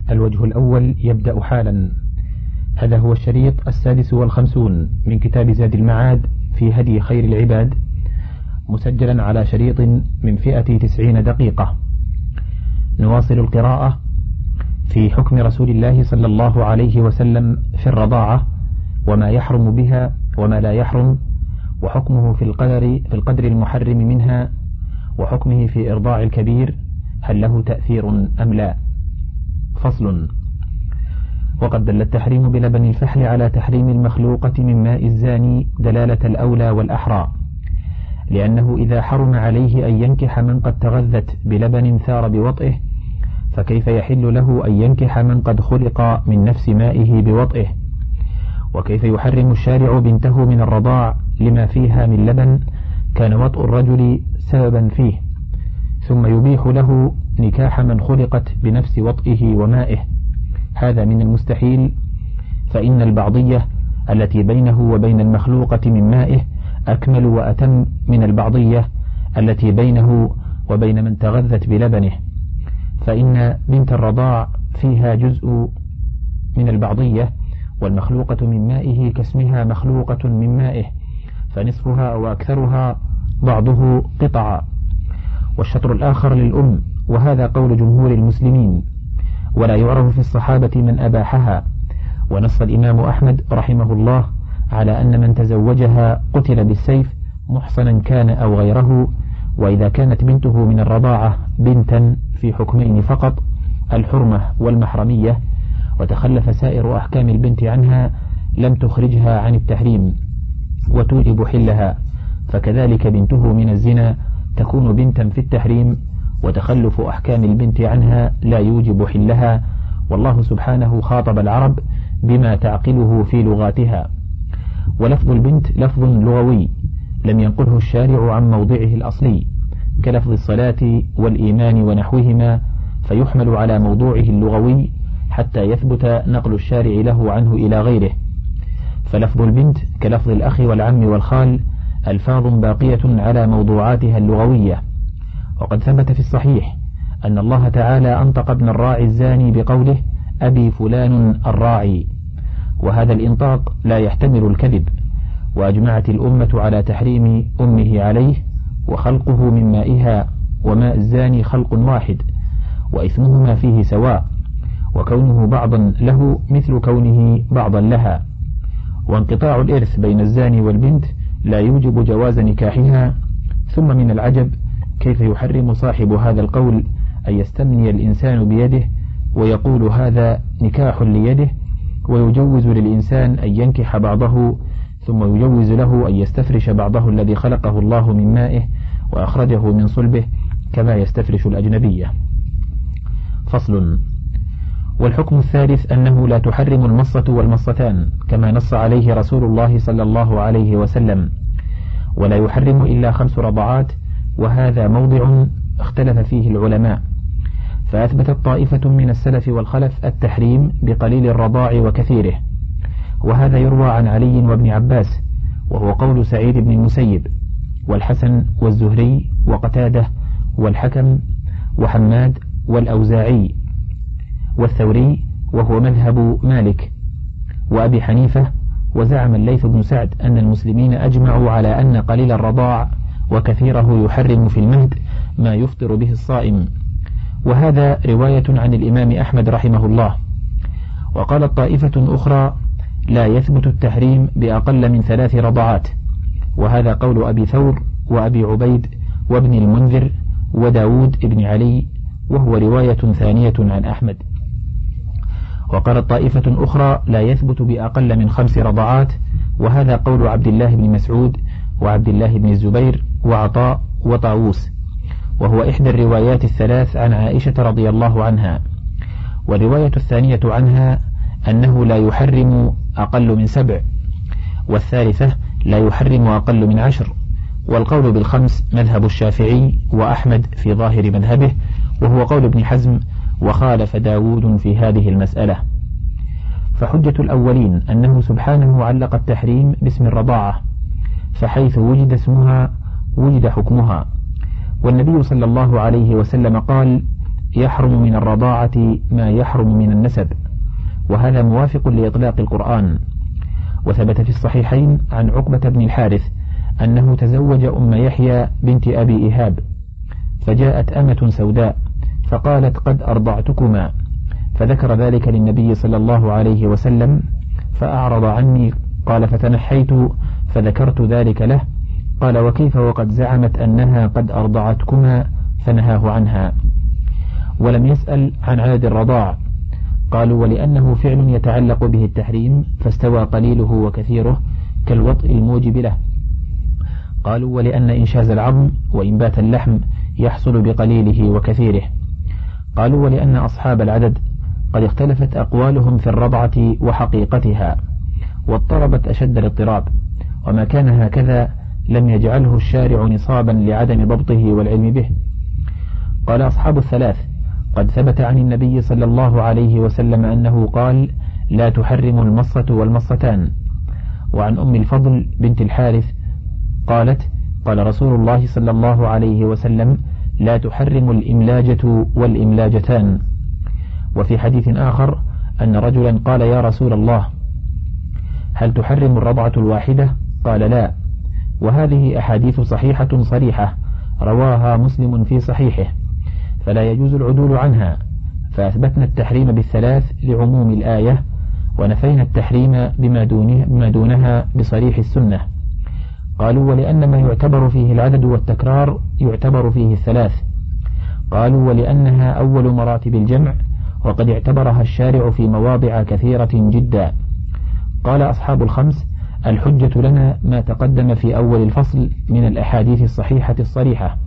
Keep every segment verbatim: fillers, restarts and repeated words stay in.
الوجه الأول يبدأ حالا. هذا هو الشريط السادس والخمسون من كتاب زاد المعاد في هدي خير العباد، مسجلا على شريط من فئة تسعين دقيقة. نواصل القراءة في حكم رسول الله صلى الله عليه وسلم في الرضاعة، وما يحرم بها وما لا يحرم، وحكمه في القدر في القدر المحرم منها، وحكمه في إرضاع الكبير، هل له تأثير أم لا. فصل. وقد دل التحريم بلبن الفحل على تحريم المخلوقة من ماء الزاني دلالة الأولى والأحرى، لأنه إذا حرم عليه أن ينكح من قد تغذت بلبن ثار بوطئه، فكيف يحل له أن ينكح من قد خلق من نفس مائه بوطئه؟ وكيف يحرم الشارع بنته من الرضاع لما فيها من لبن كان وطء الرجل سببا فيه، ثم يبيح له نكاح من خلقت بنفس وطئه ومائه؟ هذا من المستحيل، فإن البعضية التي بينه وبين المخلوقة من مائه أكمل وأتم من البعضية التي بينه وبين من تغذت بلبنه، فإن بنت الرضاع فيها جزء من البعضية، والمخلوقة من مائه كاسمها مخلوقة من مائه، فنصفها وأكثرها بعضه قطعا، والشطر الآخر للأم، وهذا قول جمهور المسلمين، ولا يعرف في الصحابة من أباحها. ونص الإمام أحمد رحمه الله على أن من تزوجها قتل بالسيف محصنا كان أو غيره، وإذا كانت بنته من الرضاعة بنتا في حكمين فقط، الحرمة والمحرمية، وتخلف سائر أحكام البنت عنها، لم تخرجها عن التحريم وتوجب حلها، فكذلك بنته من الزنا تكون بنتا في التحريم، وتخلف أحكام البنت عنها لا يوجب حلها. والله سبحانه خاطب العرب بما تعقله في لغاتها. ولفظ البنت لفظ لغوي لم ينقله الشارع عن موضعه الأصلي، كلفظ الصلاة والإيمان ونحوهما، فيحمل على موضوعه اللغوي حتى يثبت نقل الشارع له عنه إلى غيره. فلفظ البنت كلفظ الأخ والعم والخال ألفاظ باقية على موضوعاتها اللغوية. وقد ثبت في الصحيح أن الله تعالى أنطق ابن الراعي الزاني بقوله أبي فلان الراعي، وهذا الإنطاق لا يحتمل الكذب، وأجمعت الأمة على تحريم أمه عليه، وخلقه من مائها وماء الزاني خلق واحد، وإثمهما فيه سواء، وكونه بعضا له مثل كونه بعضا لها، وانقطاع الإرث بين الزاني والبنت لا يوجب جواز نكاحها. ثم من العجب كيف يحرم صاحب هذا القول أن يستمني الإنسان بيده ويقول هذا نكاح ليده، ويجوز للإنسان أن ينكح بعضه، ثم يجوز له أن يستفرش بعضه الذي خلقه الله من مائه وأخرجه من صلبه كما يستفرش الأجنبية. فصل. والحكم الثالث أنه لا تحرم المصة والمصتان كما نص عليه رسول الله صلى الله عليه وسلم، ولا يحرم إلا خمس رضعات، وهذا موضع اختلف فيه العلماء، فأثبتت طائفة من السلف والخلف التحريم بقليل الرضاع وكثيره، وهذا يروى عن علي وابن عباس، وهو قول سعيد بن المسيب والحسن والزهري وقتادة والحكم وحماد والأوزاعي والثوري، وهو مذهب مالك وأبي حنيفة. وزعم الليث بن سعد أن المسلمين أجمعوا على أن قليل الرضاع وكثيره يحرم في المهد ما يفطر به الصائم، وهذا رواية عن الإمام أحمد رحمه الله. وقالت طائفة أخرى لا يثبت التحريم بأقل من ثلاث رضعات، وهذا قول أبي ثور وأبي عبيد وابن المنذر وداود ابن علي، وهو رواية ثانية عن أحمد. وقالت طائفة أخرى لا يثبت بأقل من خمس رضعات، وهذا قول عبد الله بن مسعود وعبد الله بن الزبير وعطاء وطاووس، وهو إحدى الروايات الثلاث عن عائشة رضي الله عنها. والرواية الثانية عنها أنه لا يحرم أقل من سبع، والثالثة لا يحرم أقل من عشر. والقول بالخمس مذهب الشافعي وأحمد في ظاهر مذهبه، وهو قول ابن حزم، وخالف داود في هذه المسألة. فحجة الأولين أنه سبحانه علق التحريم باسم الرضاعة، فحيث وجد اسمها وجد حكمها، والنبي صلى الله عليه وسلم قال يحرم من الرضاعة ما يحرم من النسب، وهذا موافق لإطلاق القرآن. وثبت في الصحيحين عن عقبة بن الحارث أنه تزوج أم يحيى بنت أبي إيهاب، فجاءت أمة سوداء فقالت قد أرضعتكما، فذكر ذلك للنبي صلى الله عليه وسلم فأعرض عني، قال فتنحيت فذكرت ذلك له، قال وكيف وقد زعمت أنها قد أرضعتكما، فنهاه عنها. ولم يسأل عن عدد الرضاع، قالوا ولأنه فعل يتعلق به التحريم فاستوى قليله وكثيره كالوطء الموجب له. قالوا ولأن إنشاز العظم وإنبات اللحم يحصل بقليله وكثيره. قالوا ولأن أصحاب العدد قد اختلفت أقوالهم في الرضعة وحقيقتها واضطربت أشد الاضطراب، وما كان هكذا لم يجعله الشارع نصابا لعدم ضبطه والعلم به. قال أصحاب الثلاث قد ثبت عن النبي صلى الله عليه وسلم أنه قال لا تحرم المصة والمصتان. وعن أم الفضل بنت الحارث قالت قال رسول الله صلى الله عليه وسلم لا تحرم الإملاجة والإملاجتان. وفي حديث آخر أن رجلا قال يا رسول الله هل تحرم الرضعة الواحدة؟ قال لا. وهذه أحاديث صحيحة صريحة رواها مسلم في صحيحه، فلا يجوز العدول عنها، فأثبتنا التحريم بالثلاث لعموم الآية، ونفينا التحريم بما, دونه بما دونها بصريح السنة. قالوا ولأن ما يعتبر فيه العدد والتكرار يعتبر فيه الثلاث. قالوا ولأنها أول مراتب الجمع، وقد اعتبرها الشارع في مواضع كثيرة جدا. قال أصحاب الخمس الحجة لنا ما تقدم في أول الفصل من الأحاديث الصحيحة الصريحة.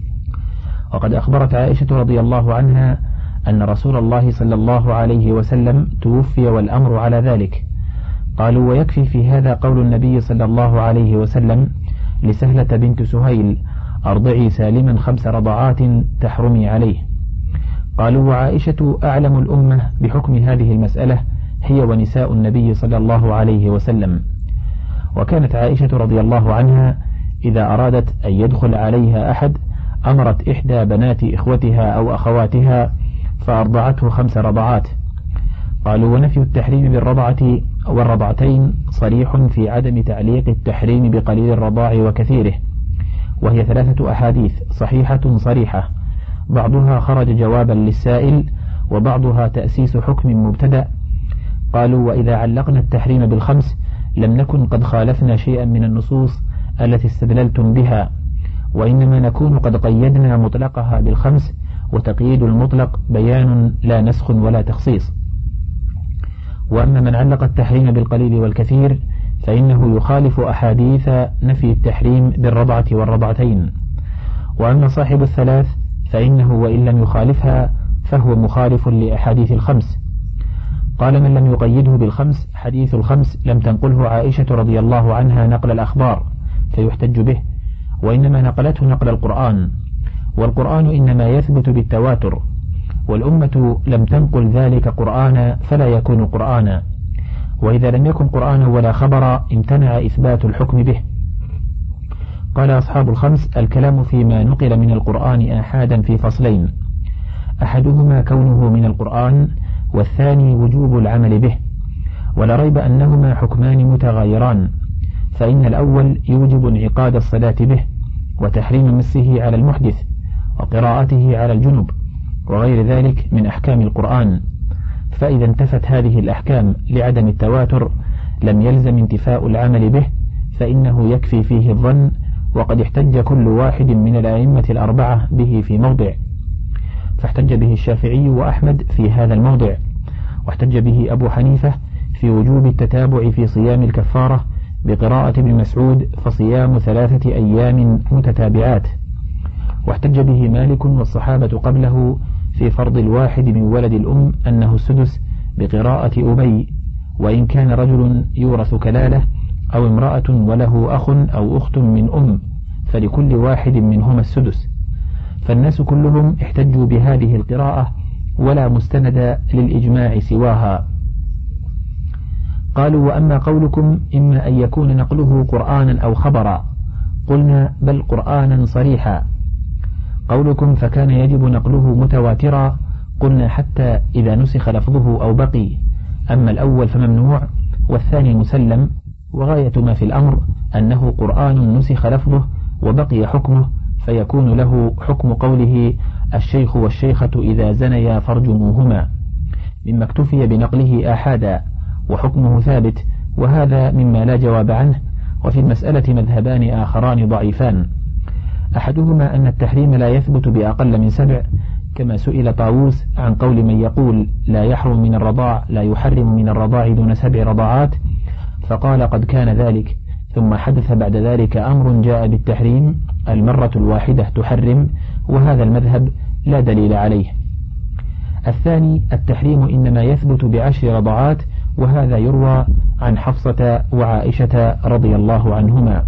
وقد أخبرت عائشة رضي الله عنها أن رسول الله صلى الله عليه وسلم توفي والأمر على ذلك. قالوا ويكفي في هذا قول النبي صلى الله عليه وسلم لسهلة بنت سهيل أرضعي سالما خمس رضعات تحرمي عليه. قالوا وعائشة أعلم الأمة بحكم هذه المسألة هي ونساء النبي صلى الله عليه وسلم. وكانت عائشة رضي الله عنها إذا أرادت أن يدخل عليها أحد أمرت إحدى بنات إخوتها أو أخواتها فأرضعته خمس رضعات. قالوا ونفي التحريم بالرضعة والرضعتين صريح في عدم تعليق التحريم بقليل الرضاع وكثيره، وهي ثلاثة أحاديث صحيحة صريحة، بعضها خرج جوابا للسائل وبعضها تأسيس حكم مبتدأ. قالوا وإذا علقنا التحريم بالخمس لم نكن قد خالفنا شيئا من النصوص التي استدللتم بها، وإنما نكون قد قيدنا مطلقها بالخمس، وتقييد المطلق بيان لا نسخ ولا تخصيص. وأما من علق التحريم بالقليل والكثير فإنه يخالف أحاديث نفي التحريم بالرضعة والرضعتين. وأما صاحب الثلاث فإنه وإن لم يخالفها فهو مخالف لأحاديث الخمس. قال من لم يقيده بالخمس حديث الخمس لم تنقله عائشة رضي الله عنها نقل الأخبار فيحتج به، وإنما نقلته نقل القرآن، والقرآن إنما يثبت بالتواتر، والأمة لم تنقل ذلك قرآنا فلا يكون قرآنا، وإذا لم يكن قرآنا ولا خبر امتنع إثبات الحكم به. قال أصحاب الخمس الكلام فيما نقل من القرآن آحادا في فصلين، أحدهما كونه من القرآن، والثاني وجوب العمل به، ولا ريب أنهما حكمان متغايران، فإن الأول يوجب انعقاد الصلاة به وتحريم مسه على المحدث وقراءته على الجنب وغير ذلك من أحكام القرآن، فإذا انتفت هذه الأحكام لعدم التواتر لم يلزم انتفاء العمل به، فإنه يكفي فيه الظن، وقد احتج كل واحد من الأئمة الأربعة به في موضع، فاحتج به الشافعي وأحمد في هذا الموضع، واحتج به أبو حنيفة في وجوب التتابع في صيام الكفارة بقراءة ابن مسعود فصيام ثلاثة أيام متتابعات، واحتج به مالك والصحابة قبله في فرض الواحد من ولد الأم أنه السدس بقراءة أبي، وإن كان رجل يورث كلالة أو امرأة وله أخ أو أخت من أم فلكل واحد منهما السدس، فالناس كلهم احتجوا بهذه القراءة ولا مستند للإجماع سواها. قالوا وأما قولكم إما أن يكون نقله قرآنا أو خبرا، قلنا بل قرآنا صريحا. قولكم فكان يجب نقله متواترا، قلنا حتى إذا نسخ لفظه أو بقي، أما الأول فممنوع والثاني مسلم، وغاية ما في الأمر أنه قرآن نسخ لفظه وبقي حكمه، فيكون له حكم قوله الشيخ والشيخة إذا زنيا فارجموهما، مما اكتفي بنقله آحادا وحكمه ثابت، وهذا مما لا جواب عنه. وفي المسألة مذهبان آخران ضعيفان، أحدهما أن التحريم لا يثبت بأقل من سبع، كما سئل طاووس عن قول من يقول لا يحرم من الرضاع لا يحرم من الرضاع دون سبع رضاعات، فقال قد كان ذلك، ثم حدث بعد ذلك أمر جاء بالتحريم، المرة الواحدة تحرم، وهذا المذهب لا دليل عليه. الثاني التحريم إنما يثبت بعشر رضعات، وهذا يروى عن حفصة وعائشة رضي الله عنهما.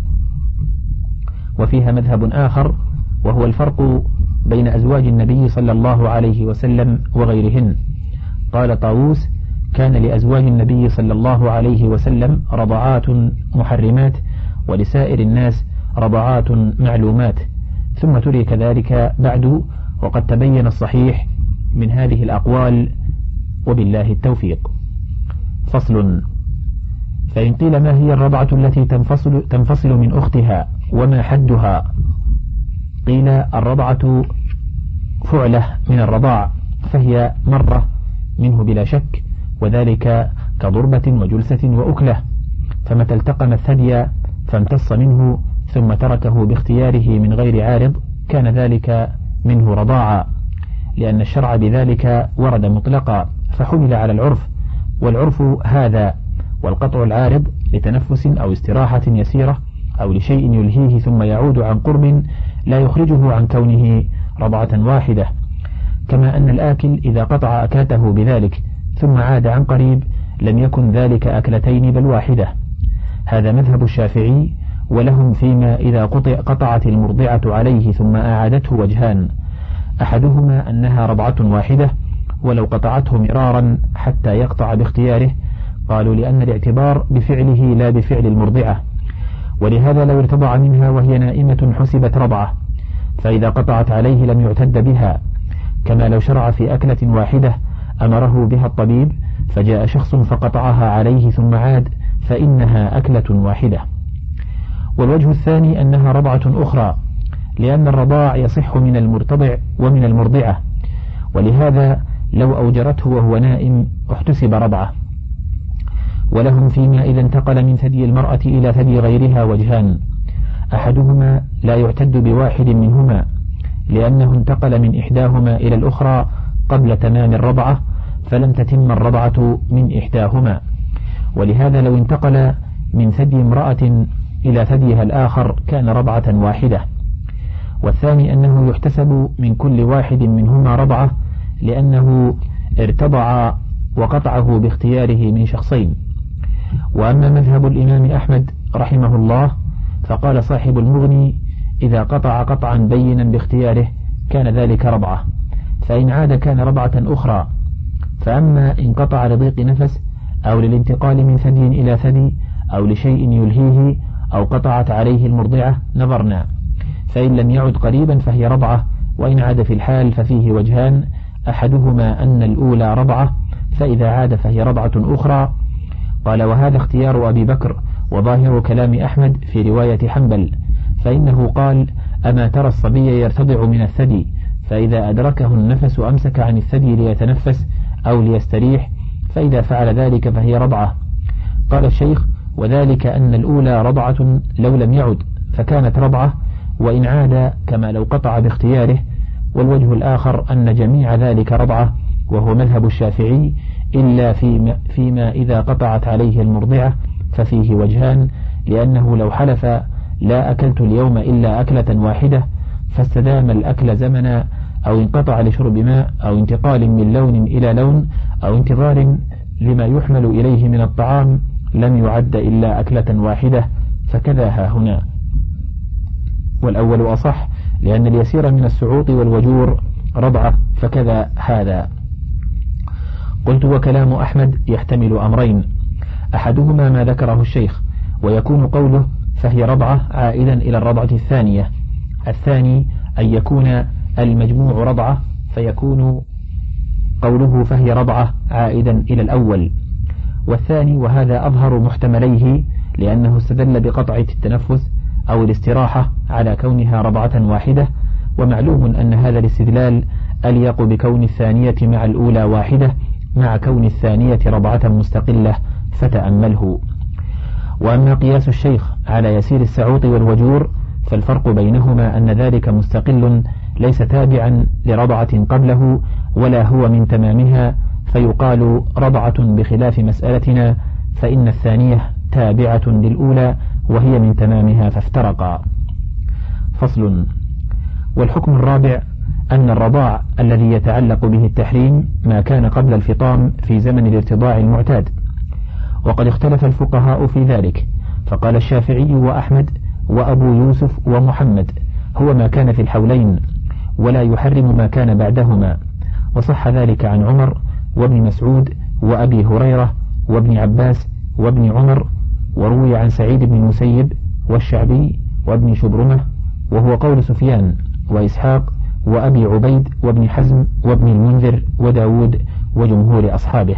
وفيها مذهب آخر، وهو الفرق بين أزواج النبي صلى الله عليه وسلم وغيرهن. قال طاووس كان لأزواج النبي صلى الله عليه وسلم رضعات محرمات، ولسائر الناس رضعات معلومات، ثم ترك ذلك بعد، وقد تبين الصحيح من هذه الأقوال، وبالله التوفيق. فصل. فإن قيل ما هي الرضعة التي تنفصل, تنفصل من أختها وما حدها؟ قيل الرضعة فعلة من الرضاع، فهي مرة منه بلا شك، وذلك كضربة وجلسة وأكلة، فمتى التقم الثدي فامتص منه ثم تركه باختياره من غير عارض كان ذلك منه رضاعا، لأن الشرع بذلك ورد مطلقا فحمل على العرف، والعرف هذا، والقطع العارض لتنفس أو استراحة يسيرة أو لشيء يلهيه ثم يعود عن قرب لا يخرجه عن كونه رضعة واحدة، كما أن الآكل إذا قطع أكلته بذلك ثم عاد عن قريب لم يكن ذلك أكلتين بل واحدة. هذا مذهب الشافعي، ولهم فيما إذا قطع قطعت المرضعة عليه ثم أعادته وجهان، أحدهما أنها رضعة واحدة ولو قطعته مرارا حتى يقطع باختياره، قالوا لأن الاعتبار بفعله لا بفعل المرضعة، ولهذا لو ارتضع منها وهي نائمة حسبت رضعة، فإذا قطعت عليه لم يعتد بها، كما لو شرع في أكلة واحدة أمره بها الطبيب فجاء شخص فقطعها عليه ثم عاد فإنها أكلة واحدة. والوجه الثاني أنها رضعة أخرى، لأن الرضاع يصح من المرتضع ومن المرضعة، ولهذا لو أوجرته وهو نائم احتسب رضعة. ولهم فيما إذا انتقل من ثدي المرأة إلى ثدي غيرها وجهان، أحدهما لا يعتد بواحد منهما لأنه انتقل من إحداهما إلى الأخرى قبل تمام الرضعة فلم تتم الرضعة من إحداهما، ولهذا لو انتقل من ثدي امرأة إلى ثديها الآخر كان رضعة واحدة. والثاني أنه يحتسب من كل واحد منهما رضعة لأنه ارتضع وقطعه باختياره من شخصين. وأما مذهب الإمام أحمد رحمه الله فقال صاحب المغني إذا قطع قطعا بينا باختياره كان ذلك رضعة، فإن عاد كان رضعة أخرى. فأما إن قطع لضيق نفس أو للانتقال من ثدي إلى ثدي أو لشيء يلهيه أو قطعت عليه المرضعة نظرنا، فإن لم يعد قريبا فهي رضعة، وإن عاد في الحال ففيه وجهان، أحدهما أن الأولى رضعة فإذا عاد فهي رضعة أخرى. قال وهذا اختيار أبي بكر وظاهر كلام أحمد في رواية حنبل، فإنه قال أما ترى الصبي يرتضع من الثدي فإذا أدركه النفس أمسك عن الثدي ليتنفس أو ليستريح، فإذا فعل ذلك فهي رضعة. قال الشيخ وذلك أن الأولى رضعة لو لم يعد فكانت رضعة، وإن عاد كما لو قطع باختياره. والوجه الآخر أن جميع ذلك رضعة، وهو مذهب الشافعي، إلا فيما, فيما إذا قطعت عليه المرضعة ففيه وجهان، لأنه لو حلف لا أكلت اليوم إلا أكلة واحدة فاستدام الأكل زمنا أو انقطع لشرب ماء أو انتقال من لون إلى لون أو انتظار لما يحمل إليه من الطعام لم يعد إلا أكلة واحدة، فكذا ها هنا. والأول أصح لأن اليسير من السعوط والوجور رضعة، فكذا هذا. قلت وكلام أحمد يحتمل أمرين، أحدهما ما ذكره الشيخ ويكون قوله فهي رضعة عائدا إلى الرضعة الثانية، الثاني أن يكون المجموع رضعة، فيكون قوله فهي رضعة عائدا إلى الأول. والثاني وهذا أظهر محتمليه لأنه استدل بقطع التنفس أو الاستراحة على كونها رضعة واحدة، ومعلوم أن هذا الاستدلال أليق بكون الثانية مع الأولى واحدة مع كون الثانية رضعة مستقلة، فتأمله. وأما قياس الشيخ على يسير السعوط والوجور فالفرق بينهما أن ذلك مستقل ليس تابعا لرضعة قبله ولا هو من تمامها، فيقال رضعة بخلاف مسألتنا، فإن الثانية تابعة للأولى وهي من تمامها فافترقا. فصل. والحكم الرابع أن الرضاع الذي يتعلق به التحريم ما كان قبل الفطام في زمن الارتضاع المعتاد، وقد اختلف الفقهاء في ذلك، فقال الشافعي وأحمد وأبو يوسف ومحمد هو ما كان في الحولين ولا يحرم ما كان بعدهما، وصح ذلك عن عمر وابن مسعود وأبي هريرة وابن عباس وابن عمر، وروي عن سعيد بن المسيب والشعبي وابن شبرمة، وهو قول سفيان وإسحاق وأبي عبيد وابن حزم وابن المنذر وداود وجمهور أصحابه.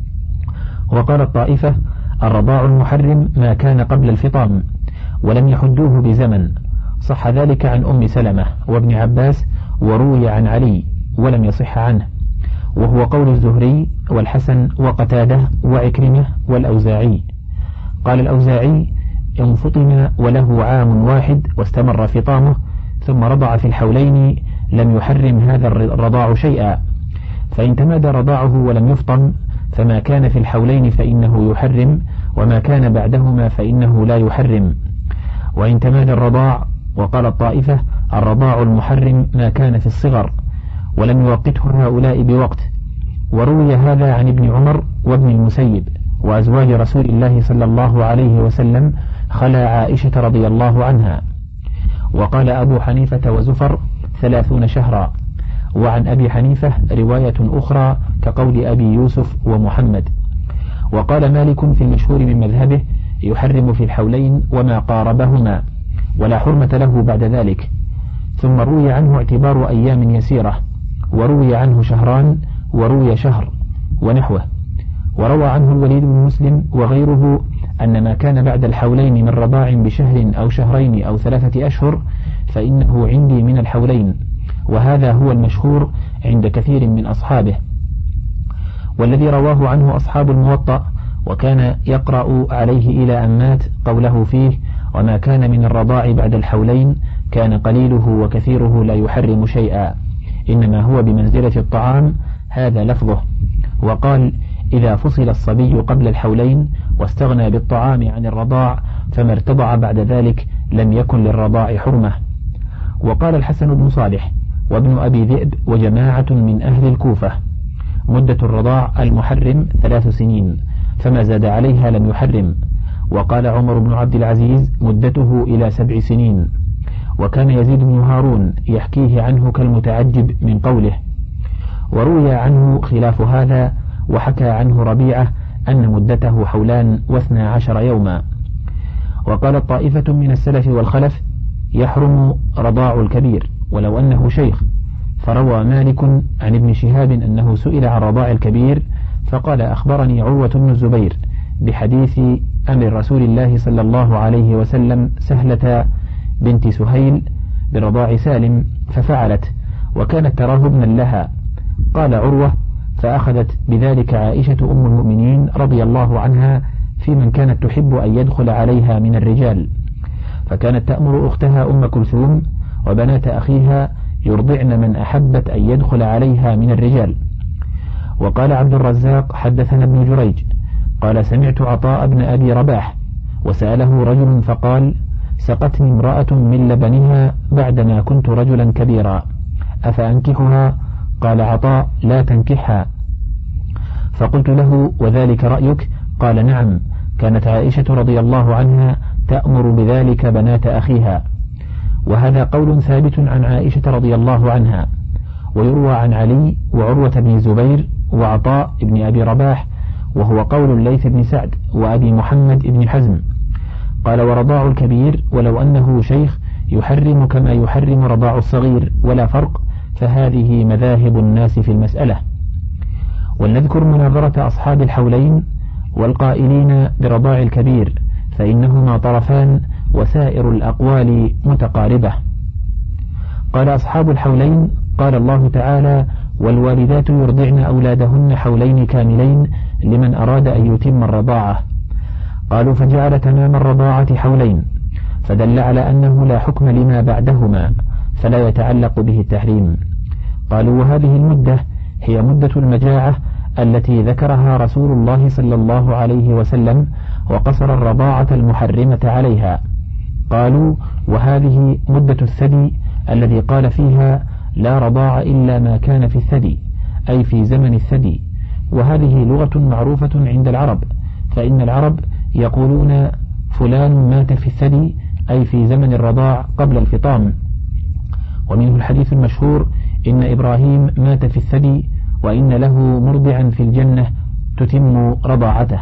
وقال الطائفة الرضاع المحرم ما كان قبل الفطام، ولم يحدوه بزمن، صح ذلك عن أم سلمة وابن عباس وروي عن علي ولم يصح عنه، وهو قول الزهري والحسن وقتادة وعكرمة والأوزاعي. قال الأوزاعي إن فطم وله عام واحد واستمر فطامه ثم رضع في الحولين لم يحرم هذا الرضاع شيئا، فإن تمادى رضاعه ولم يفطم فما كان في الحولين فإنه يحرم، وما كان بعدهما فإنه لا يحرم. وإن تمادى الرضاع، وقال الطائفة الرضاع المحرم ما كان في الصغر، ولم يوقته هؤلاء بوقت. وروي هذا عن ابن عمر وابن المسيب وأزواج رسول الله صلى الله عليه وسلم خلا عائشة رضي الله عنها. وقال أبو حنيفة وزفر ثلاثون شهرا. وعن أبي حنيفة رواية أخرى كقول أبي يوسف ومحمد. وقال مالك في المشهور من مذهبه يحرم في الحولين وما قاربهما ولا حرمة له بعد ذلك. ثم روي عنه اعتبار أيام يسيرة، وروي عنه شهران وروي شهر ونحوه. وروى عنه الوليد بن مسلم وغيره أن ما كان بعد الحولين من رضاع بشهر أو شهرين أو ثلاثة أشهر فإنه عندي من الحولين، وهذا هو المشهور عند كثير من أصحابه. والذي رواه عنه أصحاب الموطأ وكان يقرأ عليه إلى أن مات قوله فيه وما كان من الرضاع بعد الحولين كان قليله وكثيره لا يحرم شيئا، إنما هو بمنزلة الطعام، هذا لفظه. وقال إذا فصل الصبي قبل الحولين واستغنى بالطعام عن الرضاع فما ارتضع بعد ذلك لم يكن للرضاع حرمة. وقال الحسن بن صالح وابن أبي ذئب وجماعة من أهل الكوفة مدة الرضاع المحرم ثلاث سنين، فما زاد عليها لم يحرم. وقال عمر بن عبد العزيز مدته إلى سبع سنين. وكان يزيد بن هارون يحكيه عنه كالمتعجب من قوله. وروي عنه خلاف هذا، وحكى عنه ربيعة أن مدته حولان واثنى عشر يوما. وقال الطائفة من السلف والخلف يحرم رضاع الكبير ولو أنه شيخ. فروى مالك عن ابن شهاب أنه سئل عن رضاع الكبير فقال أخبرني عروة بن الزبير بحديث أمر رسول الله صلى الله عليه وسلم سهلة بنت سهيل برضاع سالم ففعلت، وكانت تراه ابنا لها. قال عروة فأخذت بذلك عائشة أم المؤمنين رضي الله عنها في من كانت تحب أن يدخل عليها من الرجال، فكانت تأمر أختها أم كلثوم وبنات أخيها يرضعن من أحبت أن يدخل عليها من الرجال. وقال عبد الرزاق حدثنا ابن جريج قال سمعت عطاء بن أبي رباح وسأله رجل فقال سقتني امرأة من لبنها بعدما كنت رجلا كبيرا أفأنكحها؟ قال عطاء لا تنكحها. فقلت له وذلك رأيك؟ قال نعم، كانت عائشة رضي الله عنها تأمر بذلك بنات أخيها. وهذا قول ثابت عن عائشة رضي الله عنها. ويروى عن علي وعروة بن زبير وعطاء بن أبي رباح، وهو قول الليث بن سعد وأبي محمد بن حزم. قال ورضاع الكبير ولو أنه شيخ يحرم كما يحرم رضاع الصغير ولا فرق، فهذه مذاهب الناس في المسألة. ولنذكر مناظرة أصحاب الحولين والقائلين برضاع الكبير، فإنهما طرفان وسائر الأقوال متقاربة. قال أصحاب الحولين: قال الله تعالى: والوالدات يرضعن أولادهن حولين كاملين لمن أراد أن يتم الرضاعة. قالوا: فجعل تمام الرضاعة حولين، فدل على أنه لا حكم لما بعدهما، فلا يتعلق به التحريم. قالوا: وهذه المدة هي مدة المجاعة التي ذكرها رسول الله صلى الله عليه وسلم وقصر الرضاعة المحرمة عليها. قالوا: وهذه مدة الثدي الذي قال فيها: لا رضاع إلا ما كان في الثدي، أي في زمن الثدي. وهذه لغة معروفة عند العرب، فإن العرب يقولون فلان مات في الثدي، أي في زمن الرضاع قبل الفطام. ومنه الحديث المشهور: إن إبراهيم مات في الثدي وإن له مرضعا في الجنة تتم رضاعته.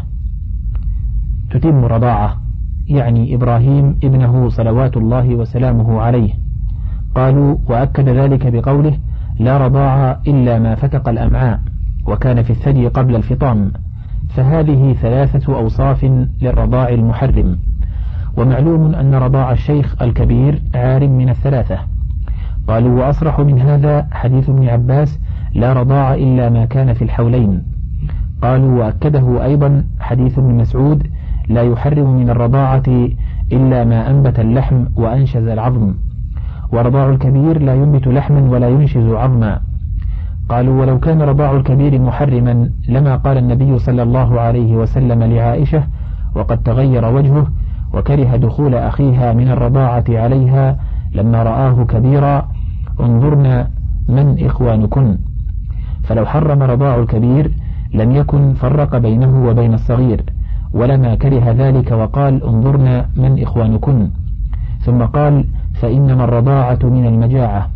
تتم رضاعة يعني إبراهيم ابنه صلوات الله وسلامه عليه. قالوا: وأكد ذلك بقوله: لا رضاع إلا ما فتق الأمعاء وكان في الثدي قبل الفطام. فهذه ثلاثة أوصاف للرضاع المحرم. ومعلوم أن رضاع الشيخ الكبير عار من الثلاثة. قالوا: وأصرح من هذا حديث ابن عباس: لا رضاع إلا ما كان في الحولين. قالوا: وأكده أيضا حديث ابن مسعود: لا يحرم من الرضاعة إلا ما أنبت اللحم وأنشز العظم. ورضاع الكبير لا ينبت لحما ولا ينشز عظما. قالوا: ولو كان رضاع الكبير محرما لما قال النبي صلى الله عليه وسلم لعائشة وقد تغير وجهه وكره دخول أخيها من الرضاعة عليها لما رآه كبيرا: انظرنا من إخوانكن. فلو حرم رضاع الكبير لم يكن فرق بينه وبين الصغير، ولما كره ذلك وقال: انظرنا من إخوانكن. ثم قال: فإنما الرضاعة من المجاعة.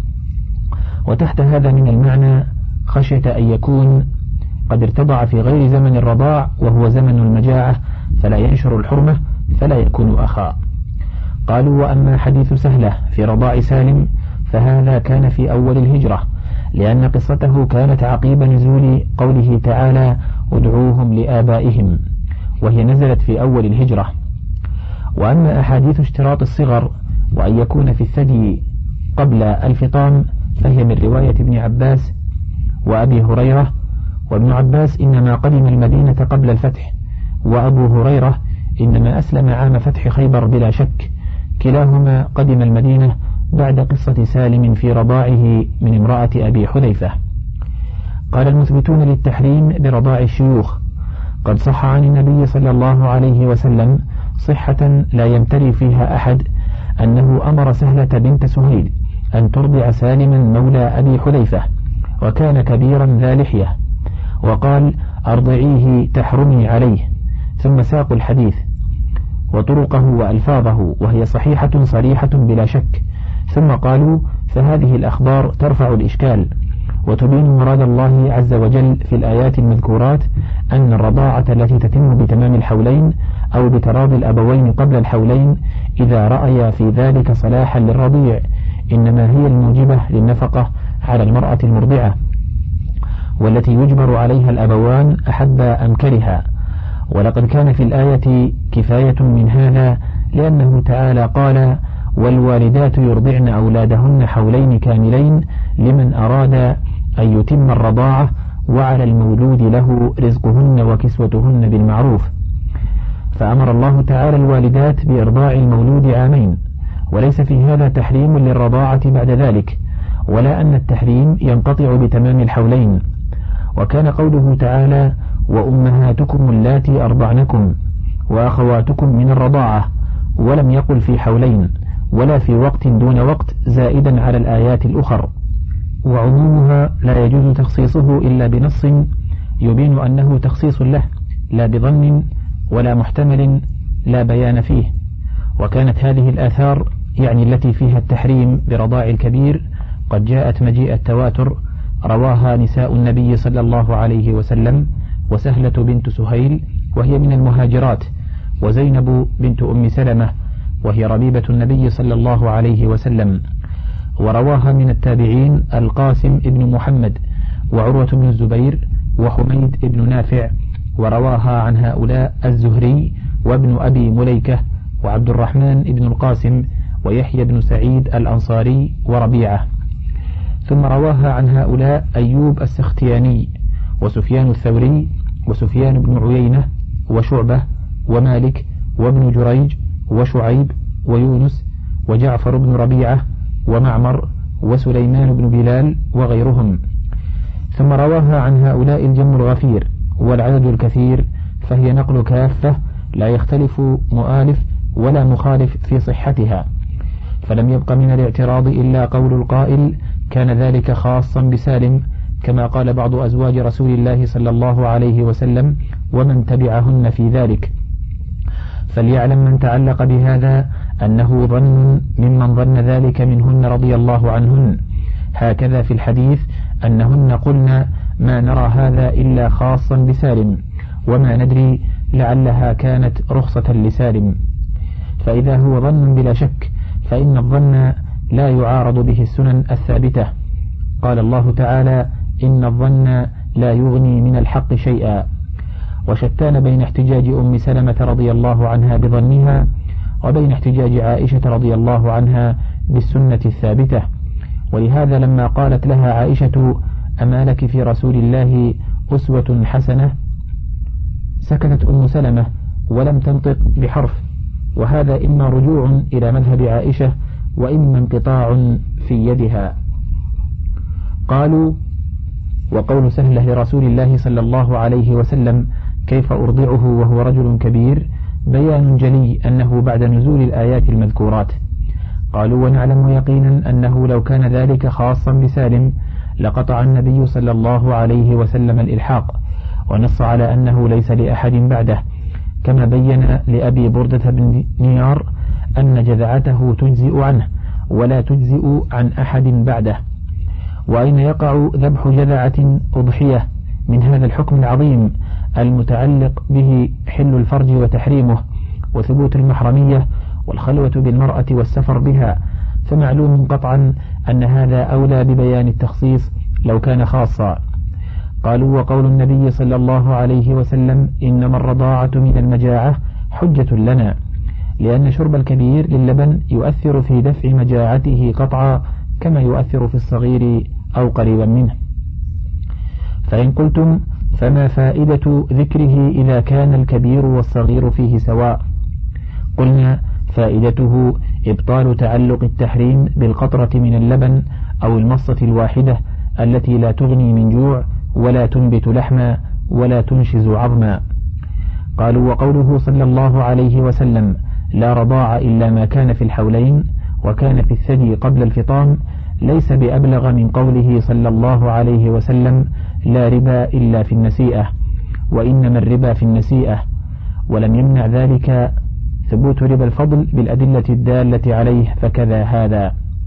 وتحت هذا من المعنى خشية أن يكون قد ارتضع في غير زمن الرضاع وهو زمن المجاعة فلا ينشر الحرمة فلا يكون أخا. قالوا: وأما حديث سهلة في رضاع سالم فهذا كان في أول الهجرة، لأن قصته كانت عقيب نزول قوله تعالى: ادعوهم لآبائهم، وهي نزلت في أول الهجرة. وأما أحاديث اشتراط الصغر وأن يكون في الثدي قبل الفطام فهي من رواية ابن عباس وأبي هريرة. وابن عباس إنما قدم المدينة قبل الفتح، وأبو هريرة إنما أسلم عام فتح خيبر بلا شك. كلاهما قدم المدينة بعد قصة سالم في رضاعه من امرأة أبي حذيفة. قال المثبتون للتحريم برضاع الشيوخ: قد صح عن النبي صلى الله عليه وسلم صحة لا يمتري فيها أحد أنه أمر سهلة بنت سهيل أن ترضع سالما مولى أبي حذيفة، وكان كبيرا ذا لحية، وقال: أرضعيه تحرمي عليه. ثم ساقوا الحديث وطرقه وألفاظه وهي صحيحة صريحة بلا شك، ثم قالوا: فهذه الأخبار ترفع الإشكال وتبين مراد الله عز وجل في الآيات المذكورات أن الرضاعة التي تتم بتمام الحولين أو بتراضي الأبوين قبل الحولين إذا رأيا في ذلك صلاحا للرضيع إنما هي الموجبة للنفقة على المرأة المرضعة، والتي يجبر عليها الأبوان أحب أم كرها. ولقد كان في الآية كفاية من هذا، لأنه تعالى قال: والوالدات يرضعن أولادهن حولين كاملين لمن أراد أن يتم الرضاعة وعلى المولود له رزقهن وكسوتهن بالمعروف. فأمر الله تعالى الوالدات بإرضاع المولود عامين، وليس في هذا تحريم للرضاعة بعد ذلك، ولا أن التحريم ينقطع بتمام الحولين. وكان قوله تعالى: وأمهاتكم اللاتي أرضعنكم وأخواتكم من الرضاعة، ولم يقل في حولين ولا في وقت دون وقت زائدا على الآيات الأخر. وعمومها لا يجوز تخصيصه إلا بنص يبين أنه تخصيص له، لا بظن ولا محتمل لا بيان فيه. وكانت هذه الآثار يعني التي فيها التحريم برضاع الكبير قد جاءت مجيء التواتر، رواها نساء النبي صلى الله عليه وسلم، وسهلة بنت سهيل وهي من المهاجرات، وزينب بنت أم سلمة وهي ربيبة النبي صلى الله عليه وسلم، ورواها من التابعين القاسم بن محمد وعروة بن الزبير وحميد بن نافع، ورواها عن هؤلاء الزهري وابن أبي مليكة وعبد الرحمن بن القاسم ويحيى بن سعيد الأنصاري وربيعة. ثم رواها عن هؤلاء أيوب السختياني وسفيان الثوري وسفيان بن عيينة وشعبة ومالك وابن جريج وشعيب ويونس وجعفر بن ربيعة ومعمر وسليمان بن بلال وغيرهم. ثم رواها عن هؤلاء الجم الغفير والعدد الكثير، فهي نقل كافة لا يختلف مؤالف ولا مخالف في صحتها، فلم يبق من الاعتراض إلا قول القائل كان ذلك خاصا بسالم، كما قال بعض أزواج رسول الله صلى الله عليه وسلم ومن تبعهن في ذلك. فليعلم من تعلق بهذا أنه ظن ممن ظن ذلك منهن رضي الله عنهن، هكذا في الحديث أنهن قلنا ما نرى هذا إلا خاصا بسالم وما ندري لعلها كانت رخصة لسالم. فإذا هو ظن بلا شك فإن الظن لا يعارض به السنن الثابتة. قال الله تعالى إن الظن لا يغني من الحق شيئا. وشتان بين احتجاج أم سلمة رضي الله عنها بظنها وبين احتجاج عائشة رضي الله عنها بالسنة الثابتة. ولهذا لما قالت لها عائشة أما لك في رسول الله أسوة حسنة سكتت أم سلمة ولم تنطق بحرف، وهذا إما رجوع إلى مذهب عائشة وإما انقطاع في يدها. قالوا وقول سهلة لرسول الله صلى الله عليه وسلم كيف أرضعه وهو رجل كبير بيان جلي أنه بعد نزول الآيات المذكورات. قالوا ونعلم يقينا أنه لو كان ذلك خاصا بسالم لقطع النبي صلى الله عليه وسلم الإلحاق، ونص على أنه ليس لأحد بعده، كما بين لأبي بردة بن نيار أن جذعته تجزئ عنه ولا تجزئ عن أحد بعده. وأين يقع ذبح جذعة أضحية من هذا الحكم العظيم المتعلق به حل الفرج وتحريمه وثبوت المحرمية والخلوة بالمرأة والسفر بها، فمعلوم قطعا أن هذا أولى ببيان التخصيص لو كان خاصا. قالوا وقول النبي صلى الله عليه وسلم إنما الرضاعة من المجاعة حجة لنا، لأن شرب الكبير للبن يؤثر في دفع مجاعته قطعا كما يؤثر في الصغير أو قريبا منه. فإن قلتم فما فائدة ذكره إذا كان الكبير والصغير فيه سواء؟ قلنا فائدته إبطال تعلق التحريم بالقطرة من اللبن أو المصة الواحدة التي لا تغني من جوع ولا تنبت لحما ولا تنشز عظما. قالوا وقوله صلى الله عليه وسلم لا رضاع إلا ما كان في الحولين وكان في الثدي قبل الفطام ليس بأبلغ من قوله صلى الله عليه وسلم لا ربا إلا في النسيئة، وإنما الربا في النسيئة، ولم يمنع ذلك ثبوت ربا الفضل بالأدلة الدالة عليه، فكذا هذا.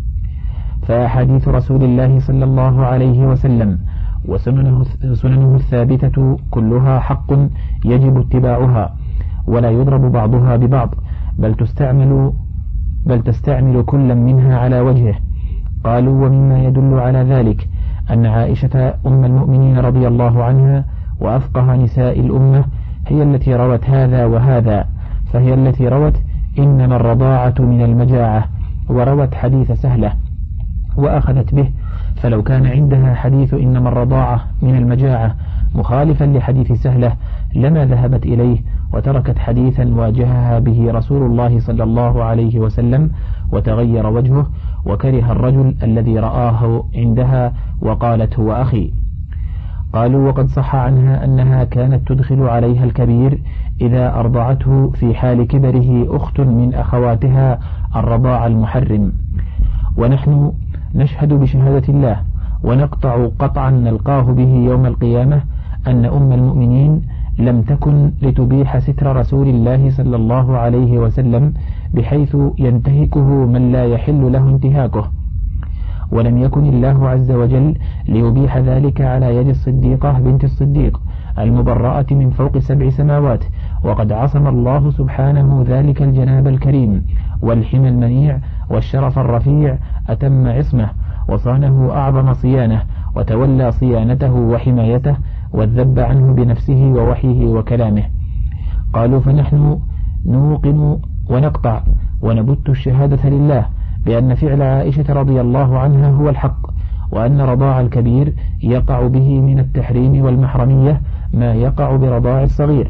فأحاديث رسول الله صلى الله عليه وسلم وسننه سننه الثابتة كلها حق يجب اتباعها، ولا يضرب بعضها ببعض، بل تستعمل بل تستعمل كل منها على وجهه. قالوا ومما يدل على ذلك أن عائشة أم المؤمنين رضي الله عنها وأفقه نساء الأمة هي التي روت هذا وهذا، فهي التي روت إنما الرضاعة من المجاعة، وروت حديث سهلة وأخذت به، فلو كان عندها حديث إنما الرضاعة من المجاعة مخالفا لحديث سهلة لما ذهبت إليه وتركت حديثا واجهها به رسول الله صلى الله عليه وسلم وتغير وجهه وكره الرجل الذي رآه عندها وقالت هو أخي. قالوا وقد صح عنها أنها كانت تدخل عليها الكبير إذا أرضعته في حال كبره أخت من أخواتها الرضاع المحرم، ونحن نشهد بشهادة الله ونقطع قطعا نلقاه به يوم القيامة أن أم المؤمنين لم تكن لتبيح ستر رسول الله صلى الله عليه وسلم بحيث ينتهكه من لا يحل له انتهاكه، ولم يكن الله عز وجل ليبيح ذلك على يد الصديقة بنت الصديق المبرأة من فوق سبع سماوات، وقد عصم الله سبحانه ذلك الجناب الكريم والحمى المنيع والشرف الرفيع أتم عصمه، وصانه أعظم صيانة، وتولى صيانته وحمايته، والذب عنه بنفسه ووحيه وكلامه. قالوا فنحن نوقن ونقطع ونبت الشهادة لله بأن فعل عائشة رضي الله عنها هو الحق، وأن رضاع الكبير يقع به من التحريم والمحرمية ما يقع برضاع الصغير.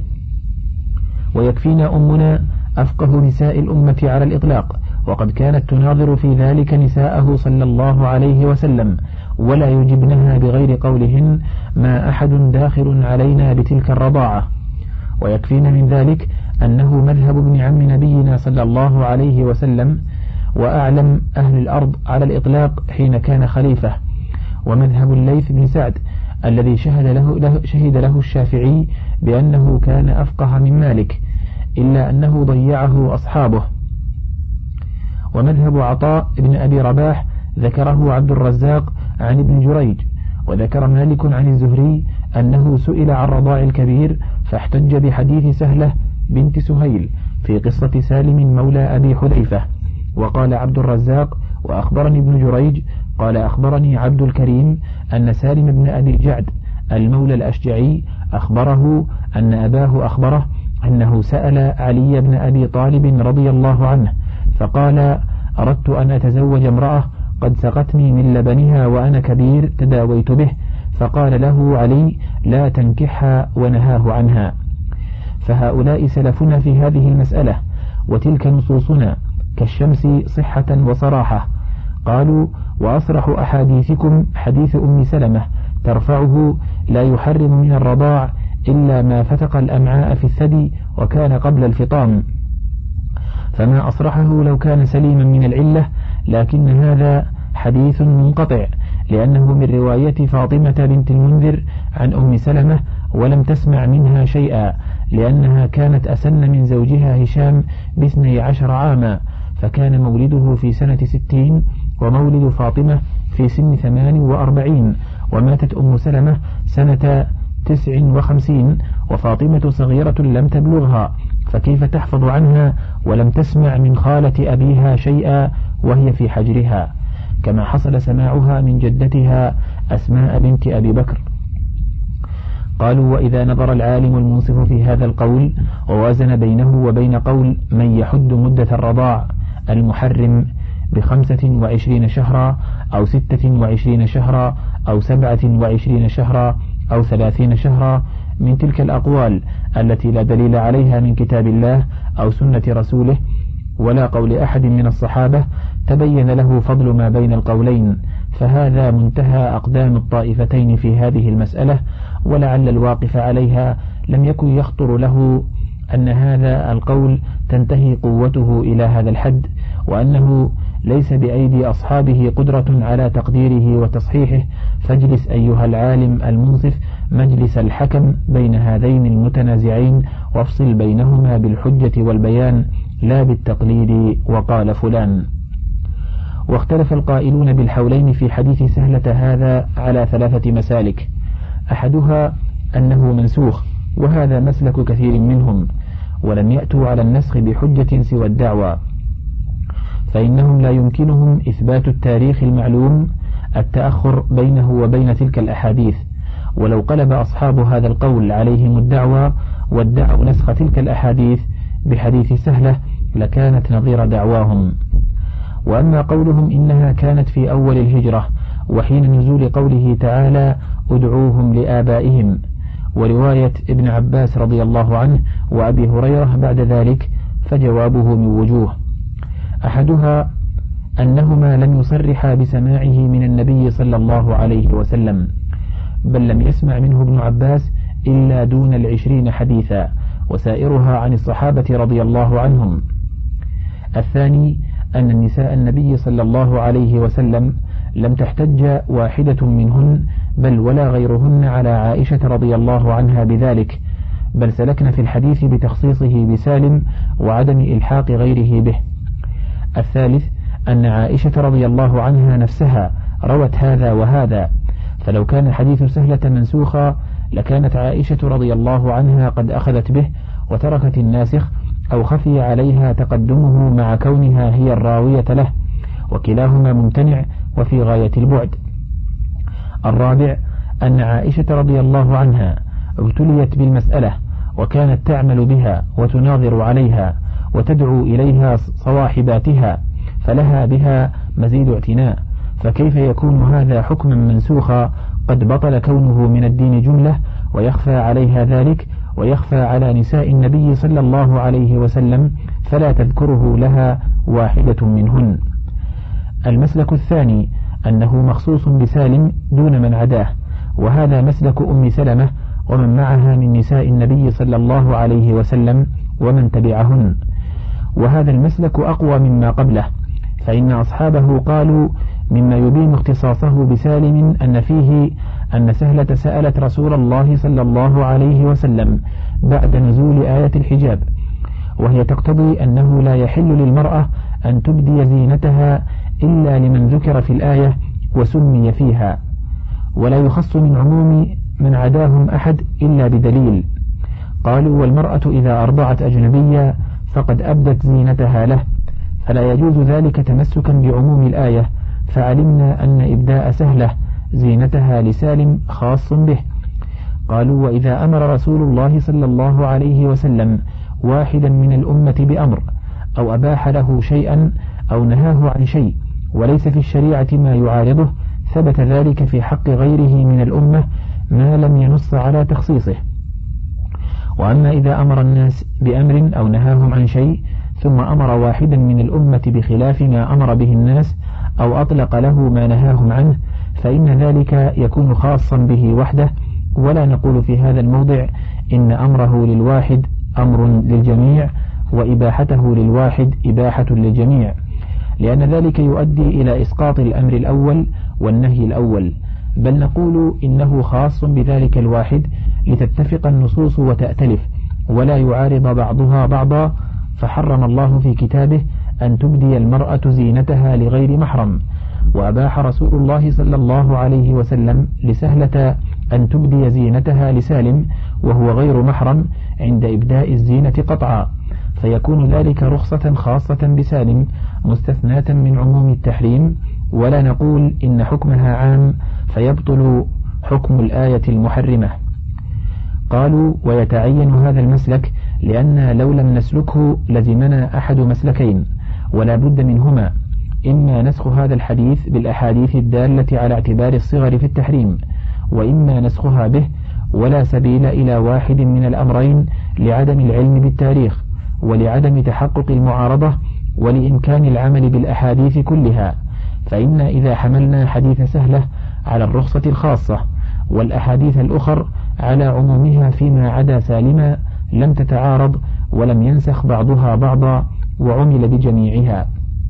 ويكفينا أمنا أفقه نساء الأمة على الإطلاق، وقد كانت تناظر في ذلك نساءه صلى الله عليه وسلم، ولا يجبنها بغير قولهن ما أحد داخل علينا بتلك الرضاعة. ويكفينا من ذلك أنه مذهب ابن عم نبينا صلى الله عليه وسلم وأعلم أهل الأرض على الإطلاق حين كان خليفة، ومذهب الليث بن سعد الذي شهد له, له, شهد له الشافعي بأنه كان أفقه من مالك، إلا أنه ضيعه أصحابه. ومذهب عطاء بن أبي رباح ذكره عبد الرزاق عن ابن جريج، وذكر مالك عن الزهري أنه سئل عن رضاع الكبير فاحتج بحديث سهلة بنت سهيل في قصة سالم مولى أبي حذيفة. وقال عبد الرزاق وأخبرني ابن جريج قال أخبرني عبد الكريم أن سالم بن أبي الجعد المولى الأشجعي أخبره أن أباه أخبره أنه سأل علي بن أبي طالب رضي الله عنه فقال أردت أن أتزوج امرأة قد سقتني من لبنها وأنا كبير تداويت به، فقال له علي لا تنكحها ونهاه عنها. فهؤلاء سلفنا في هذه المسألة، وتلك نصوصنا كالشمس صحة وصراحة. قالوا وأصرح أحاديثكم حديث أم سلمة ترفعه لا يحرم من الرضاع إلا ما فتق الأمعاء في الثدي وكان قبل الفطام، فما أصرحه لو كان سليما من العلة، لكن هذا حديث منقطع لأنه من رواية فاطمة بنت المنذر عن أم سلمة، ولم تسمع منها شيئا لأنها كانت أسن من زوجها هشام باثني عشر عاما، فكان مولده في سنة ستين ومولد فاطمة في سن ثمان وأربعين، وماتت أم سلمة سنة تسع وخمسين، وفاطمة صغيرة لم تبلغها، فكيف تحفظ عنها ولم تسمع من خالة أبيها شيئا وهي في حجرها، كما حصل سماعها من جدتها أسماء بنت أبي بكر. قالوا وإذا نظر العالم المنصف في هذا القول ووازن بينه وبين قول من يحد مدة الرضاع المحرم بخمسة وعشرين شهرا أو ستة وعشرين شهرا أو سبعة وعشرين شهرا أو ثلاثين شهرا من تلك الأقوال التي لا دليل عليها من كتاب الله أو سنة رسوله ولا قول أحد من الصحابة، تبين له فضل ما بين القولين، فهذا منتهى أقدام الطائفتين في هذه المسألة، ولعل الواقف عليها لم يكن يخطر له أن هذا القول تنتهي قوته إلى هذا الحد، وأنه ليس بأيدي أصحابه قدرة على تقديره وتصحيحه، فاجلس أيها العالم المنصف مجلس الحكم بين هذين المتنازعين، وافصل بينهما بالحجة والبيان لا بالتقليد وقال فلان. واختلف القائلون بالحولين في حديث سهلة هذا على ثلاثة مسالك، أحدها أنه منسوخ، وهذا مسلك كثير منهم، ولم يأتوا على النسخ بحجة سوى الدعوى، فإنهم لا يمكنهم إثبات التاريخ المعلوم التأخر بينه وبين تلك الأحاديث، ولو قلب أصحاب هذا القول عليهم الدعوى وادعوا نسخ تلك الأحاديث بحديث سهلة لكانت نظير دعواهم. وأما قولهم إنها كانت في أول الهجرة وحين نزول قوله تعالى ادعوهم لآبائهم، ورواية ابن عباس رضي الله عنه وأبي هريرة بعد ذلك، فجوابه من وجوه، أحدها أنهما لم يصرحا بسماعه من النبي صلى الله عليه وسلم، بل لم يسمع منه ابن عباس إلا دون العشرين حديثا، وسائرها عن الصحابة رضي الله عنهم. الثاني أن النساء النبي صلى الله عليه وسلم لم تحتج واحدة منهن بل ولا غيرهن على عائشة رضي الله عنها بذلك، بل سلكن في الحديث بتخصيصه بسالم وعدم إلحاق غيره به. الثالث أن عائشة رضي الله عنها نفسها روت هذا وهذا، فلو كان حديث سهلة منسوخا لكانت عائشة رضي الله عنها قد أخذت به وتركت الناسخ أو خفي عليها تقدمه مع كونها هي الراوية له، وكلاهما ممتنع وفي غاية البعد. الرابع أن عائشة رضي الله عنها ابتليت بالمسألة، وكانت تعمل بها وتناظر عليها وتدعو إليها صواحباتها، فلها بها مزيد اعتناء، فكيف يكون هذا حكما منسوخا قد بطل كونه من الدين جملة ويخفى عليها ذلك، ويخفى على نساء النبي صلى الله عليه وسلم فلا تذكره لها واحدة منهن. المسلك الثاني أنه مخصوص بسالم دون من عداه، وهذا مسلك أم سلمة ومن معها من نساء النبي صلى الله عليه وسلم ومن تبعهن، وهذا المسلك أقوى مما قبله، فإن أصحابه قالوا مما يبين اختصاصه بسالم أن فيه أن سهلة سألت رسول الله صلى الله عليه وسلم بعد نزول آية الحجاب، وهي تقتضي أنه لا يحل للمرأة أن تبدي زينتها إلا لمن ذكر في الآية وسمي فيها، ولا يخص من عموم من عداهم أحد إلا بدليل. قالوا والمرأة إذا أرضعت أجنبيا فقد أبدت زينتها له، فلا يجوز ذلك تمسكا بعموم الآية، فعلمنا أن إبداء سهلة زينتها لسالم خاص به. قالوا وإذا أمر رسول الله صلى الله عليه وسلم واحدا من الأمة بأمر أو أباح له شيئا أو نهاه عن شيء وليس في الشريعة ما يعارضه، ثبت ذلك في حق غيره من الأمة ما لم ينص على تخصيصه. وأما إذا أمر الناس بأمر أو نهاهم عن شيء ثم أمر واحدا من الأمة بخلاف ما أمر به الناس أو أطلق له ما نهاهم عنه فإن ذلك يكون خاصا به وحده، ولا نقول في هذا الموضع إن أمره للواحد أمر للجميع وإباحته للواحد إباحة للجميع، لأن ذلك يؤدي إلى إسقاط الأمر الأول والنهي الأول، بل نقول إنه خاص بذلك الواحد لتتفق النصوص وتأتلف ولا يعارض بعضها بعضا. فحرم الله في كتابه أن تبدي المرأة زينتها لغير محرم، وأباح رسول الله صلى الله عليه وسلم لسهلة أن تبدي زينتها لسالم وهو غير محرم عند إبداء الزينة قطعا، فيكون ذلك رخصة خاصة بسالم مستثناة من عموم التحريم، ولا نقول إن حكمها عام فيبطل حكم الآية المحرمة. قالوا ويتعين هذا المسلك لأن لو لم نسلكه لزمنا أحد مسلكين ولا بد منهما، إما نسخ هذا الحديث بالأحاديث الدالة على اعتبار الصغر في التحريم، وإما نسخها به، ولا سبيل إلى واحد من الأمرين لعدم العلم بالتاريخ ولعدم تحقق المعارضة ولإمكان العمل بالأحاديث كلها. فإن إذا حملنا حديث سهلة على الرخصة الخاصة والأحاديث الأخر على عمومها فيما عدا سالما لم تتعارض ولم ينسخ بعضها بعضا وعمل بجميعها.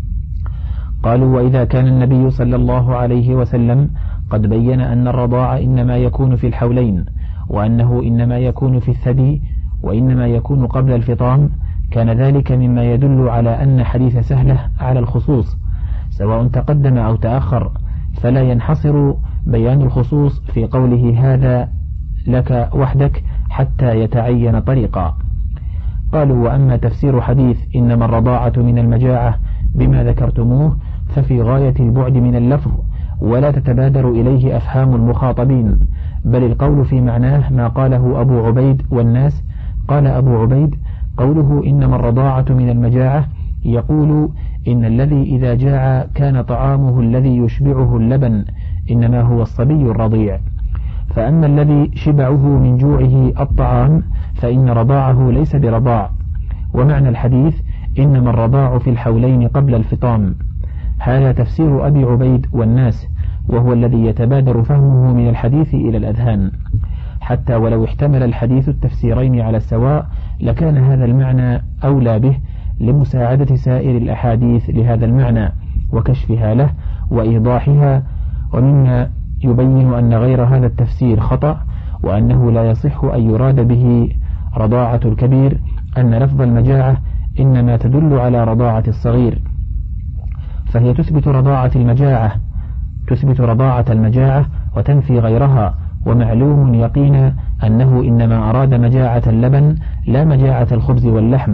قالوا وإذا كان النبي صلى الله عليه وسلم قد بين أن الرضاع إنما يكون في الحولين، وأنه إنما يكون في الثدي وإنما يكون قبل الفطام، كان ذلك مما يدل على أن حديث سهلة على الخصوص سواء تقدم أو تأخر، فلا ينحصر بيان الخصوص في قوله هذا لك وحدك حتى يتعين طريقا. قالوا وأما تفسير حديث إنما الرضاعة من المجاعة بما ذكرتموه ففي غاية البعد من اللفظ، ولا تتبادر إليه أفهام المخاطبين، بل القول في معناه ما قاله أبو عبيد والناس. قال أبو عبيد قوله إنما الرضاعة من المجاعة يقول إن الذي إذا جاع كان طعامه الذي يشبعه اللبن، إنما هو الصبي الرضيع، فأما الذي شبعه من جوعه الطعام فإن رضاعه ليس برضاع. ومعنى الحديث إنما الرضاع في الحولين قبل الفطام، هذا تفسير أبي عبيد والناس، وهو الذي يتبادر فهمه من الحديث إلى الأذهان، حتى ولو احتمل الحديث التفسيرين على السواء لكان هذا المعنى أولى به لمساعدة سائر الأحاديث لهذا المعنى وكشفها له وإيضاحها. ومما يبين أن غير هذا التفسير خطأ وأنه لا يصح أن يراد به رضاعة الكبير أن لفظ المجاعة إنما تدل على رضاعة الصغير، فهي تثبت رضاعة المجاعة تثبت رضاعة المجاعة وتنفي غيرها، ومعلوم يقينا أنه إنما أراد مجاعة اللبن لا مجاعة الخبز واللحم،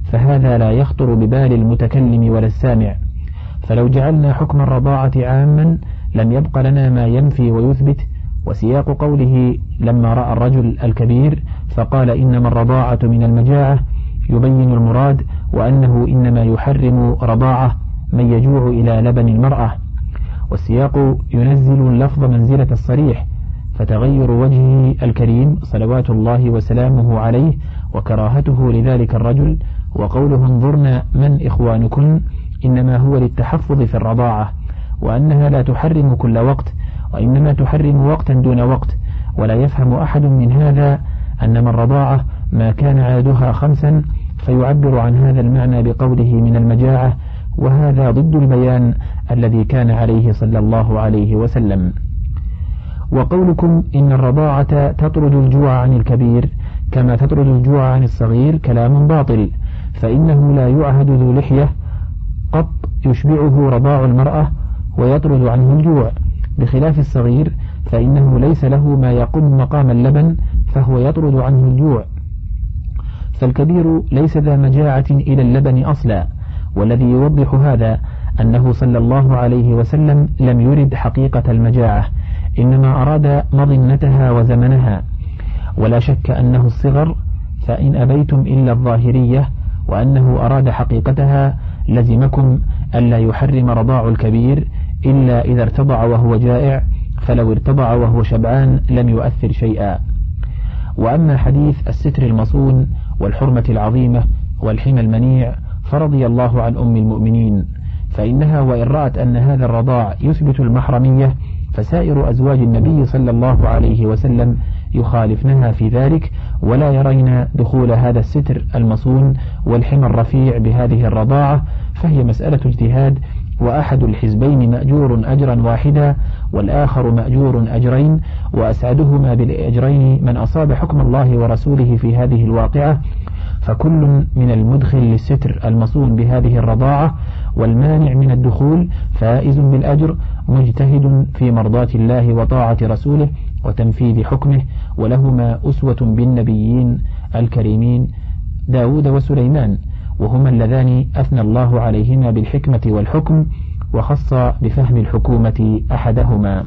فهذا لا يخطر ببال المتكلم ولا السامع. فلو جعلنا حكم الرضاعة عاما لم يبق لنا ما ينفي ويثبت. وسياق قوله لما رأى الرجل الكبير فقال إنما الرضاعة من المجاعة يبين المراد، وأنه إنما يحرم رضاعة من يجوع إلى لبن المرأة. والسياق ينزل اللفظ منزلة الصريح، فتغير وجهه الكريم صلوات الله وسلامه عليه وكراهته لذلك الرجل وقوله انظرنا من إخوانكن إنما هو للتحفظ في الرضاعة، وأنها لا تحرم كل وقت وإنما تحرم وقتا دون وقت. ولا يفهم أحد من هذا أنما الرضاعة ما كان عددها خمسا فيعبر عن هذا المعنى بقوله من المجاعة، وهذا ضد البيان الذي كان عليه صلى الله عليه وسلم. وقولكم إن الرضاعة تطرد الجوع عن الكبير كما تطرد الجوع عن الصغير كلام باطل، فإنه لا يعهد ذو لحية قط يشبعه رضاع المرأة ويطرد عنه الجوع، بخلاف الصغير فإنه ليس له ما يقوم مقام اللبن فهو يطرد عنه الجوع. فالكبير ليس ذا مجاعة إلى اللبن أصلا. والذي يوضح هذا أنه صلى الله عليه وسلم لم يرد حقيقة المجاعة، إنما أراد مظنتها وزمنها. ولا شك أنه الصغر فإن أبيتم إلا الظاهرية، وأنه أراد حقيقتها لزمكم ألا يحرم رضاع الكبير إلا إذا ارتضع وهو جائع، فلو ارتضع وهو شبعان لم يؤثر شيئا. وأما حديث الستر المصون والحرمة العظيمة والحمى المنيع فرضي الله عن أم المؤمنين، فإنها وإن رأت أن هذا الرضاع يثبت المحرمية فسائر أزواج النبي صلى الله عليه وسلم يخالفنها في ذلك، ولا يرين دخول هذا الستر المصون والحمى الرفيع بهذه الرضاعة، فهي مسألة اجتهاد، وأحد الحزبين مأجور أجرا واحدا والآخر مأجور أجرين، وأسعدهما بالأجرين من أصاب حكم الله ورسوله في هذه الواقعة. فكل من المدخل للستر المصون بهذه الرضاعة والمانع من الدخول فائز بالأجر، مجتهد في مرضاة الله وطاعة رسوله وتنفيذ حكمه، ولهما أسوة بالنبيين الكريمين داود وسليمان، وهما اللذان أثنى الله عليهما بالحكمة والحكم، وخص بفهم الحكومة أحدهما.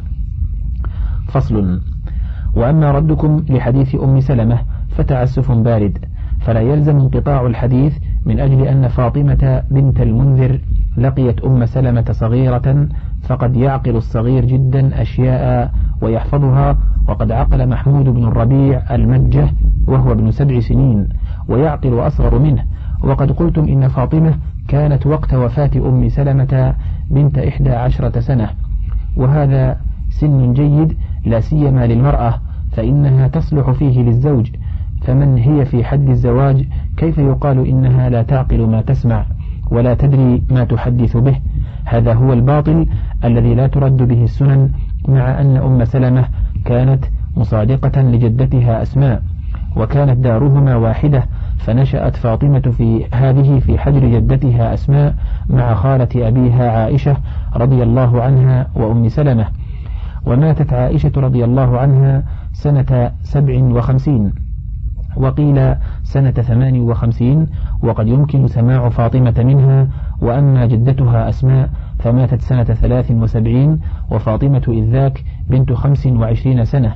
فصل. وأما ردكم لحديث أم سلمة فتعسف بارد، فلا يلزم انقطاع الحديث من أجل أن فاطمة بنت المنذر لقيت أم سلمة صغيرة، فقد يعقل الصغير جدا أشياء ويحفظها، وقد عقل محمود بن الربيع المجة وهو ابن سبع سنين ويعقل أصغر منه. وقد قلتم إن فاطمة كانت وقت وفاة أم سلمة بنت إحدى عشرة سنة، وهذا سن جيد لا سيما للمرأة، فإنها تصلح فيه للزوج، فمن هي في حد الزواج كيف يقال إنها لا تعقل ما تسمع ولا تدري ما تحدث به؟ هذا هو الباطل الذي لا ترد به السنن، مع أن أم سلمة كانت مصادقة لجدتها أسماء، وكانت دارهما واحدة، فنشأت فاطمة في هذه في حجر جدتها أسماء مع خالة أبيها عائشة رضي الله عنها وأم سلمة. وماتت عائشة رضي الله عنها سنة سبع وخمسين، وقيل سنة ثمان وخمسين، وقد يمكن سماع فاطمة منها. وأما جدتها أسماء فماتت سنة ثلاث وسبعين، وفاطمة إذ ذاك بنت خمس وعشرين سنة،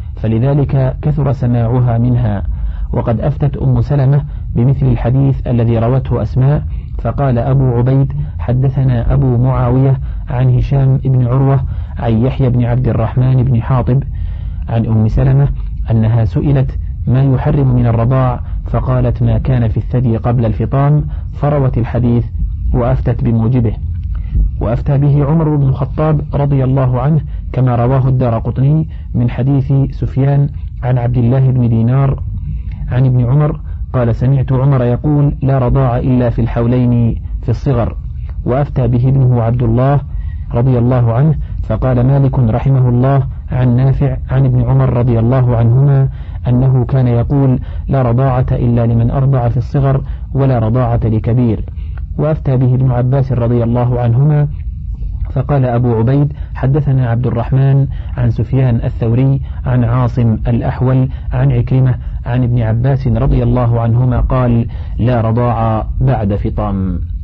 فلذلك كثر سماعها منها. وقد أفتت أم سلمة بمثل الحديث الذي روته أسماء، فقال أبو عبيد حدثنا أبو معاوية عن هشام بن عروة عن يحيى بن عبد الرحمن بن حاطب عن أم سلمة أنها سئلت ما يحرم من الرضاع، فقالت ما كان في الثدي قبل الفطام، فروت الحديث وأفتت بموجبه. وأفتى به عمر بن الخطاب رضي الله عنه كما رواه الدارقطني من حديث سفيان عن عبد الله بن دينار عن ابن عمر قال سمعت عمر يقول لا رضاع إلا في الحولين في الصغر. وأفتى به ابنه عبد الله رضي الله عنه، فقال مالك رحمه الله عن نافع عن ابن عمر رضي الله عنهما أنه كان يقول لا رضاعة إلا لمن أرضع في الصغر ولا رضاعة لكبير. وأفتى به ابن عباس رضي الله عنهما، فقال أبو عبيد حدثنا عبد الرحمن عن سفيان الثوري عن عاصم الأحول عن عكرمة عن ابن عباس رضي الله عنهما قال لا رضاع بعد فطام.